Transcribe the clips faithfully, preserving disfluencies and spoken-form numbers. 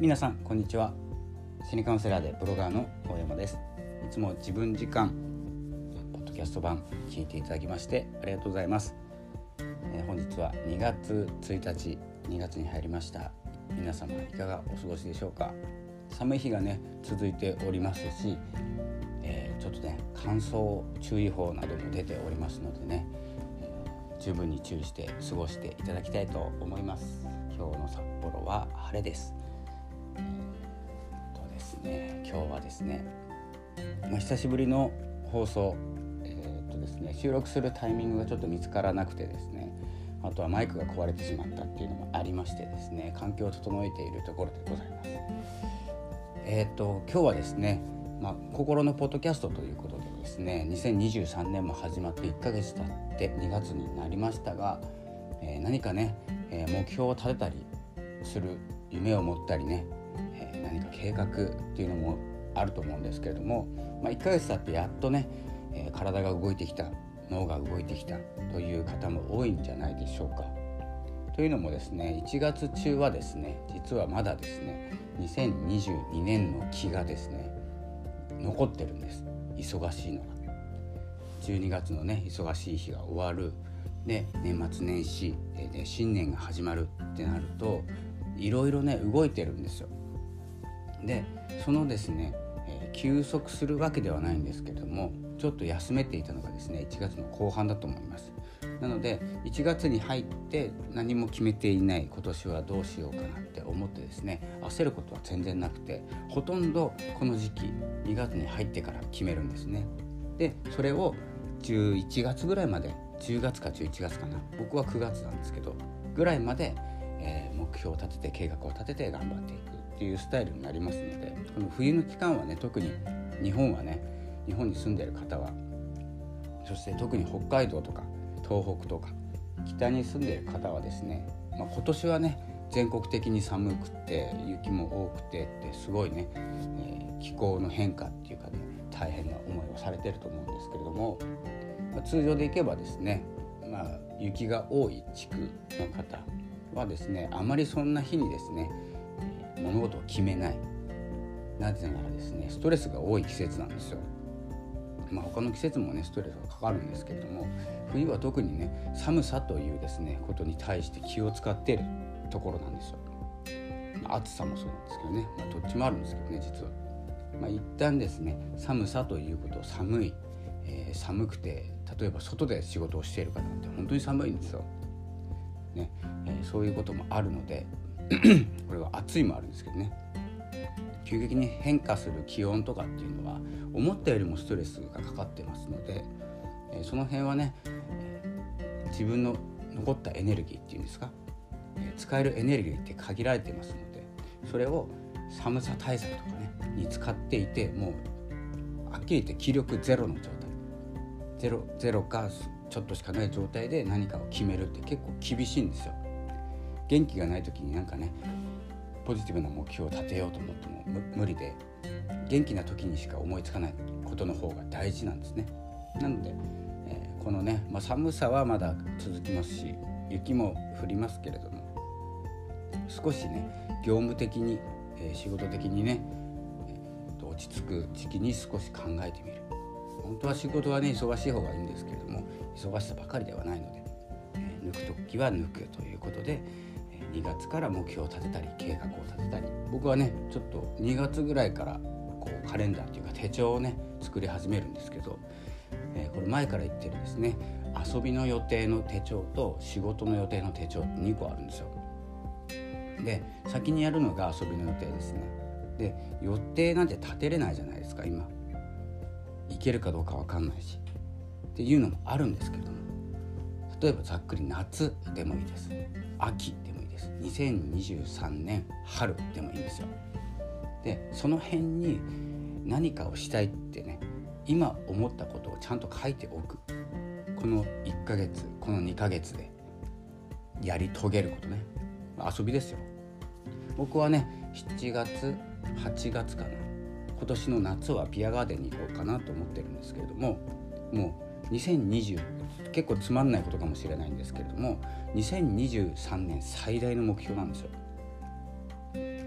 皆さんこんにちは。心理カウンセラーでブロガーの大山です。いつも自分時間ポッドキャスト版聞いていただきましてありがとうございます。えー、本日はにがつついたち、にがつに入りました。皆様いかがお過ごしでしょうか。寒い日がね続いておりますし、えー、ちょっとね乾燥注意報なども出ておりますのでね、えー、十分に注意して過ごしていただきたいと思います。今日の札幌は晴れです。えー、とですね今日はですね、まあ、久しぶりの放送、えーとですね、収録するタイミングがちょっと見つからなくてですね、あとはマイクが壊れてしまったっていうのもありましてですね、環境を整えているところでございます。えーと今日はですね、まあ、心のポッドキャストということでですね、にせんにじゅうさんねんも始まっていっかげつ経ってにがつになりましたが、えー、何かね、えー、目標を立てたりする、夢を持ったりね、えー、何か計画っていうのもあると思うんですけれども、まあ、いっかげつ経ってやっとね、えー、体が動いてきた、脳が動いてきたという方も多いんじゃないでしょうか。というのもですね、いちがつ中はですね、実はまだですねにせんにじゅうにねんの気がですね残ってるんです。忙しいのがじゅうにがつのね忙しい日が終わるで、年末年始で新年が始まるってなるといろいろね動いてるんですよ。でそのですね、えー、休息するわけではないんですけども、ちょっと休めていたのがですねいちがつの後半だと思います。なのでいちがつに入って何も決めていない、今年はどうしようかなって思ってですね、焦ることは全然なくて、ほとんどこの時期にがつに入ってから決めるんですね。でそれをじゅういちがつぐらいまで、じゅうがつかじゅういちがつかな、僕はくがつなんですけどぐらいまで、えー、目標を立てて計画を立てて頑張っていくっていうスタイルになりますので、この冬の期間はね、特に日本はね、日本に住んでいる方は、そして特に北海道とか東北とか北に住んでいる方はですね、まあ、今年はね全国的に寒くて雪も多くてってすごいね、えー、気候の変化っていうかね大変な思いをされていると思うんですけれども、まあ、通常でいけばですね、まあ、雪が多い地区の方はですね、あまりそんな日にですね物事を決めない。なぜならですねストレスが多い季節なんですよ。まあ、他の季節もねストレスがかかるんですけれども、冬は特にね寒さというですねことに対して気を使っているところなんですよ。まあ、暑さもそうなんですけどね、まあ、どっちもあるんですけどね実は。まあ、一旦ですね寒さということを、寒い、えー、寒くて例えば外で仕事をしている方なんて本当に寒いんですよ、ねえー、そういうこともあるのでこれは暑いもあるんですけどね、急激に変化する気温とかっていうのは思ったよりもストレスがかかってますので、えー、その辺はね、えー、自分の残ったエネルギーっていうんですか、えー、使えるエネルギーって限られていますので、それを寒さ対策とかねに使っていて、もうはっきり言って気力ゼロの状態、ゼロ、ゼロかちょっとしかない状態で何かを決めるって結構厳しいんですよ。元気がない時になんかねポジティブな目標を立てようと思っても無理で、元気な時にしか思いつかないことの方が大事なんですね。なので、えー、このね、まあ、寒さはまだ続きますし、雪も降りますけれども、少しね業務的に、えー、仕事的にね、えー、落ち着く時期に少し考えてみる。本当は仕事はね忙しい方がいいんですけれども、忙しさばかりではないので、えー、抜く時は抜くということで、にがつから目標を立てたり計画を立てたり、僕はねちょっとにがつぐらいからこうカレンダーというか手帳をね作り始めるんですけど、えー、これ前から言ってるですね、遊びの予定の手帳と仕事の予定の手帳ってにこあるんですよ。で先にやるのが遊びの予定ですね。で予定なんて立てれないじゃないですか今。行けるかどうか分かんないしっていうのもあるんですけれども、例えばざっくり夏でもいいです、秋でもいいです、にせんにじゅうさんねん春でもいいんですよ。でその辺に何かをしたいってね、今思ったことをちゃんと書いておく。このいっかげつ、このにかげつでやり遂げることね、遊びですよ。僕はねしちがつはちがつかな、今年の夏はビアガーデンに行こうかなと思ってるんですけれども、もうにせんにじゅう、結構つまんないことかもしれないんですけれども、にせんにじゅうさんねん最大の目標なんですよ。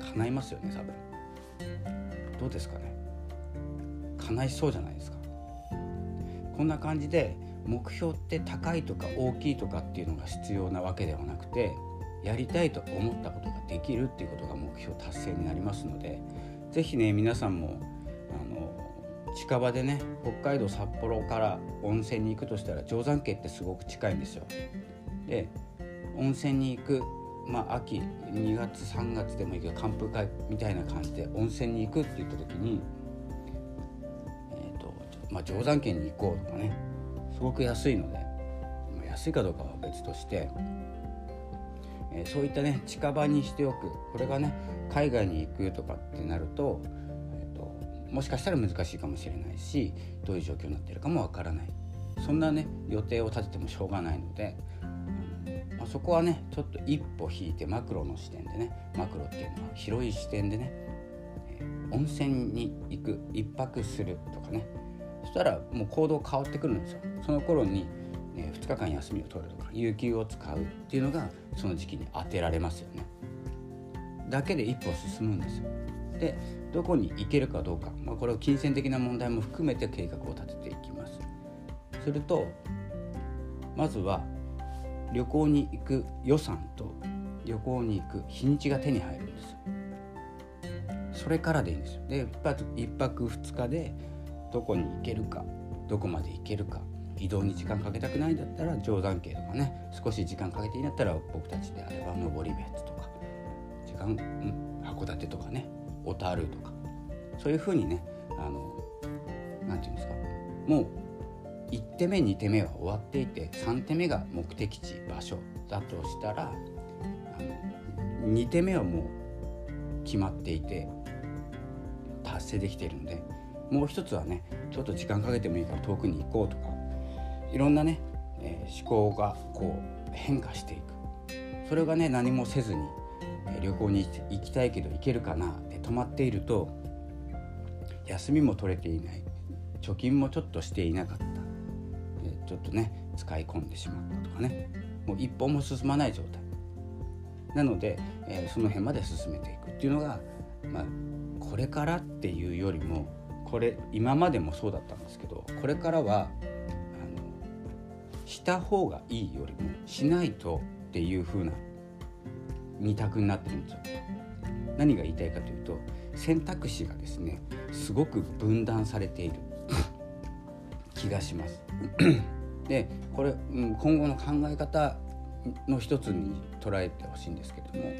叶いますよね。多分どうですかね。叶いそうじゃないですか。こんな感じで目標って高いとか大きいとかっていうのが必要なわけではなくて、やりたいと思ったことができるっていうことが目標達成になりますので、ぜひね皆さんもあの近場でね、北海道札幌から温泉に行くとしたら定山渓ってすごく近いんですよ。で温泉に行く、まあ秋にがつさんがつでもいいけど寒風会みたいな感じで温泉に行くって言った時に、えーとまあ、定山渓に行こうとかね、すごく安いので、まあ、安いかどうかは別として、えー、そういったね近場にしておく。これがね海外に行くとかってなると、えーともしかしたら難しいかもしれないし、どういう状況になっているかもわからない。そんなね予定を立ててもしょうがないので、うんまあ、そこはねちょっと一歩引いてマクロの視点でね、マクロっていうのは広い視点でね、えー、温泉に行く、一泊するとかね、そしたらもう行動変わってくるんですよ。その頃に、ね、ふつかかん休みを取るとか有給を使うっていうのがその時期に当てられますよね。だけで一歩進むんですよ。でどこに行けるかどうか、まあ、これを金銭的な問題も含めて計画を立てていきます。するとまずは旅行に行く予算と旅行に行く日にちが手に入るんですよ。それからでいいんですよ。で一泊二日でどこに行けるか、どこまで行けるか、移動に時間かけたくないんだったら定山渓とかね、少し時間かけていいんだったら僕たちであれば登別とか時間、うん、函館とかね、小樽とか、そういう風にね、あのなんていうんですか、もういち手目に手目は終わっていてさん手目が目的地場所だとしたら、あのに手目はもう決まっていて達成できているので、もう一つはねちょっと時間かけてもいいから遠くに行こうとか、いろんなね、えー、思考がこう変化していく。それがね何もせずに、えー、旅行に行きたいけど行けるかなって止まっていると、休みも取れていない、貯金もちょっとしていなかった、えー、ちょっとね使い込んでしまったとかね、もう一歩も進まない状態なので、えー、その辺まで進めていくっていうのが、まあ、これからっていうよりも、これ今までもそうだったんですけど、これからはあのした方がいいよりもしないとっていう風な二択になってるんですよ。何が言いたいかというと、選択肢がですねすごく分断されている気がしますでこれ、うん、今後の考え方の一つに捉えてほしいんですけれども、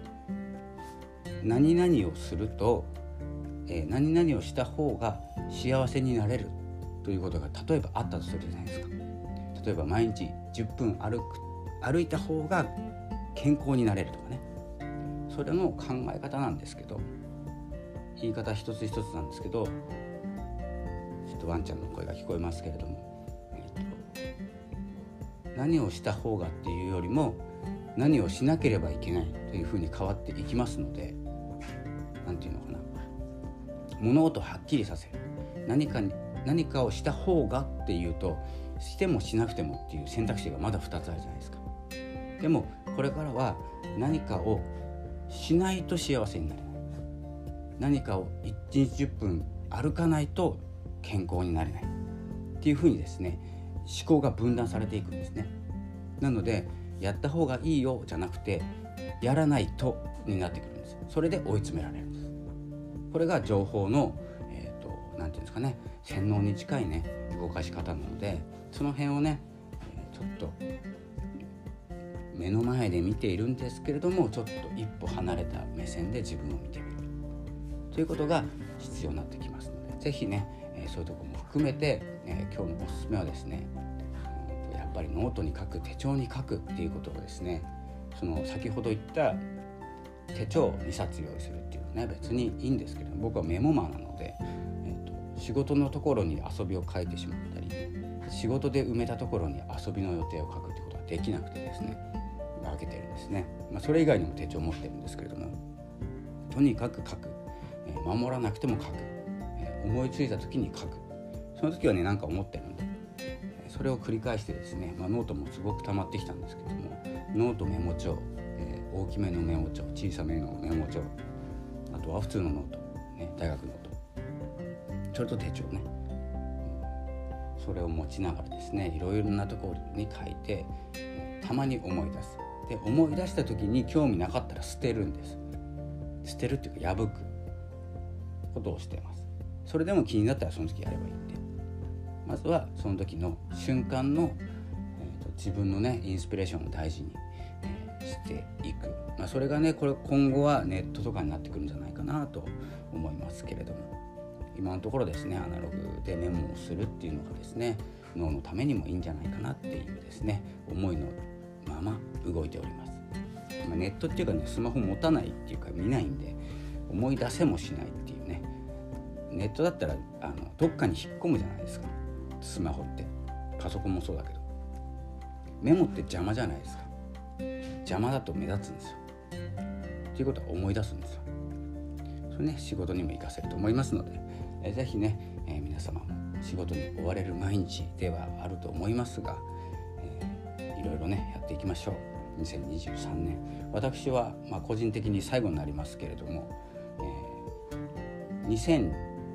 何々をすると、えー、何々をした方が幸せになれるということが例えばあったとするじゃないですか。例えば毎日じゅっぷん歩く歩いた方が健康になれるとかね、それの考え方なんですけど、言い方一つ一つなんですけど、ちょっとワンちゃんの声が聞こえますけれども、えーと、何をした方がっていうよりも何をしなければいけないというふうに変わっていきますので、なんていうのかな、物事をはっきりさせる。何かに何かをした方がっていうと、してもしなくてもっていう選択肢がまだふたつあるじゃないですか。でもこれからは何かをしないと幸せになれない、何かをいちにちじゅっぷん歩かないと健康になれないっていうふうにですね、思考が分断されていくんですね。なのでやった方がいいよじゃなくて、やらないとになってくるんです。それで追い詰められるんです。これが情報の、えーと、なんていうんですかね、洗脳に近いね動かし方なので、その辺をね、えー、ちょっと目の前で見ているんですけれども、ちょっと一歩離れた目線で自分を見てみるということが必要になってきますので、ぜひね、えー、そういうところも含めて、えー、今日のおすすめはですね、うん、やっぱりノートに書く、手帳に書くっていうことをですね、その先ほど言った手帳にさつ用意するっていうのはね別にいいんですけど、僕はメモマーなので、えーと、仕事のところに遊びを書いてしまったり、仕事で埋めたところに遊びの予定を書くってことができなくてですね、分けてるんですね。まあ、それ以外にも手帳を持ってるんですけれども、とにかく書く、えー、守らなくても書く、えー、思いついた時に書く、その時はね何か思ってるんで、えー、それを繰り返してですね、まあ、ノートもすごく溜まってきたんですけども、ノート、メモ帳、えー、大きめのメモ帳、小さめのメモ帳、 あとは普通のノート、ね、大学ノート、それと手帳ね、それを持ちながらですね、いろいろなところに書いて、たまに思い出す。で思い出した時に興味なかったら捨てるんです。捨てるっていうか破くことをしています。それでも気になったらその時やればいいんで、まずはその時の瞬間の、えーと、自分のねインスピレーションを大事に、えー、していく、まあ、それがねこれ今後はネットとかになってくるんじゃないかなと思いますけれども、今のところですねアナログでメモをするっていうのがですね脳のためにもいいんじゃないかなっていうですね思いのまま動いております。まあ、ネットっていうかねスマホ持たないっていうか見ないんで思い出せもしないっていうね。ネットだったらあのどっかに引っ込むじゃないですか、スマホって。パソコンもそうだけどメモって邪魔じゃないですか。邪魔だと目立つんですよ。ということは思い出すんですよ。それね仕事にも活かせると思いますので、えー、ぜひね、えー、皆様も仕事に追われる毎日ではあると思いますが、えー、いろいろねやっていきましょう。にせんにじゅうさんねん、私は、まあ、個人的に最後になりますけれども、えー、にせん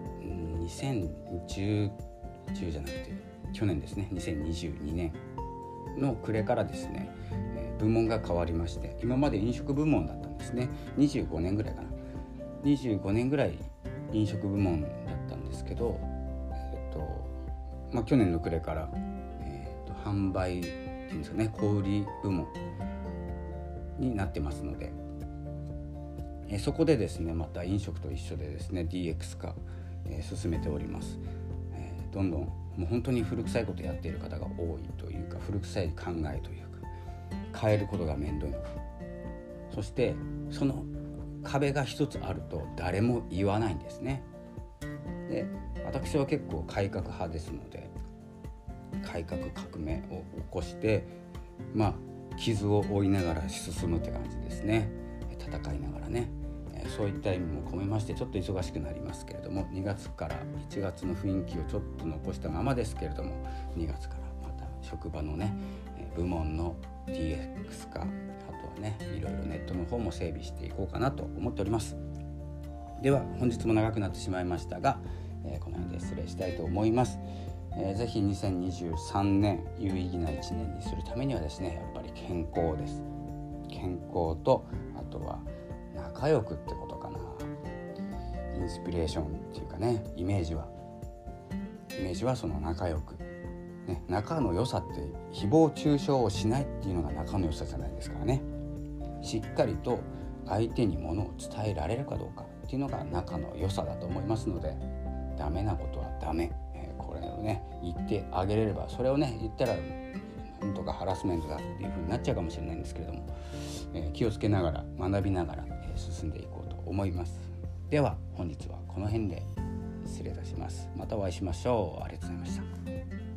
じゅうじゃなくて去年ですねにせんにじゅうにねんの暮れからですね、えー、部門が変わりまして、今まで飲食部門だったんですね。にじゅうごねんぐらいかなにじゅうごねんぐらい飲食部門だったんですけど、えーとまあ、去年の暮れから、えーと販売っていうんですかね小売部門になってますので、えー、そこでですねまた飲食と一緒でですね ディーエックス 化、えー、進めております。えー、どんどんもう本当に古臭いことやっている方が多いというか、古臭い考えというか、変えることが面倒いのか、そしてその壁が一つあると誰も言わないんですね。で私は結構改革派ですので、改革革命を起こしてまあ傷を負いながら進むって感じですね。戦いながらね、えー、そういった意味も込めましてちょっと忙しくなりますけれども、にがつからいちがつの雰囲気をちょっと残したままですけれども、にがつからまた職場のね部門の ディーエックス 化、あとはねいろいろネットの方も整備していこうかなと思っております。では本日も長くなってしまいましたが、えー、この辺で失礼したいと思います。えー、ぜひにせんにじゅうさんねん有意義ないちねんにするためにはですねやっぱり健康です。健康とあとは仲良くってことかな。インスピレーションっていうかね、イメージはイメージはその仲良く、ね、仲の良さって誹謗中傷をしないっていうのが仲の良さじゃないですからね。しっかりと相手に物を伝えられるかどうかっていうのが仲の良さだと思いますので、ダメなことはダメ、えー、これをね言ってあげれれば、それをね言ったらなんとかハラスメントだっていう風になっちゃうかもしれないんですけれども、えー、気をつけながら学びながら、えー、進んでいこうと思います。では本日はこの辺で失礼いたします。またお会いしましょう。ありがとうございました。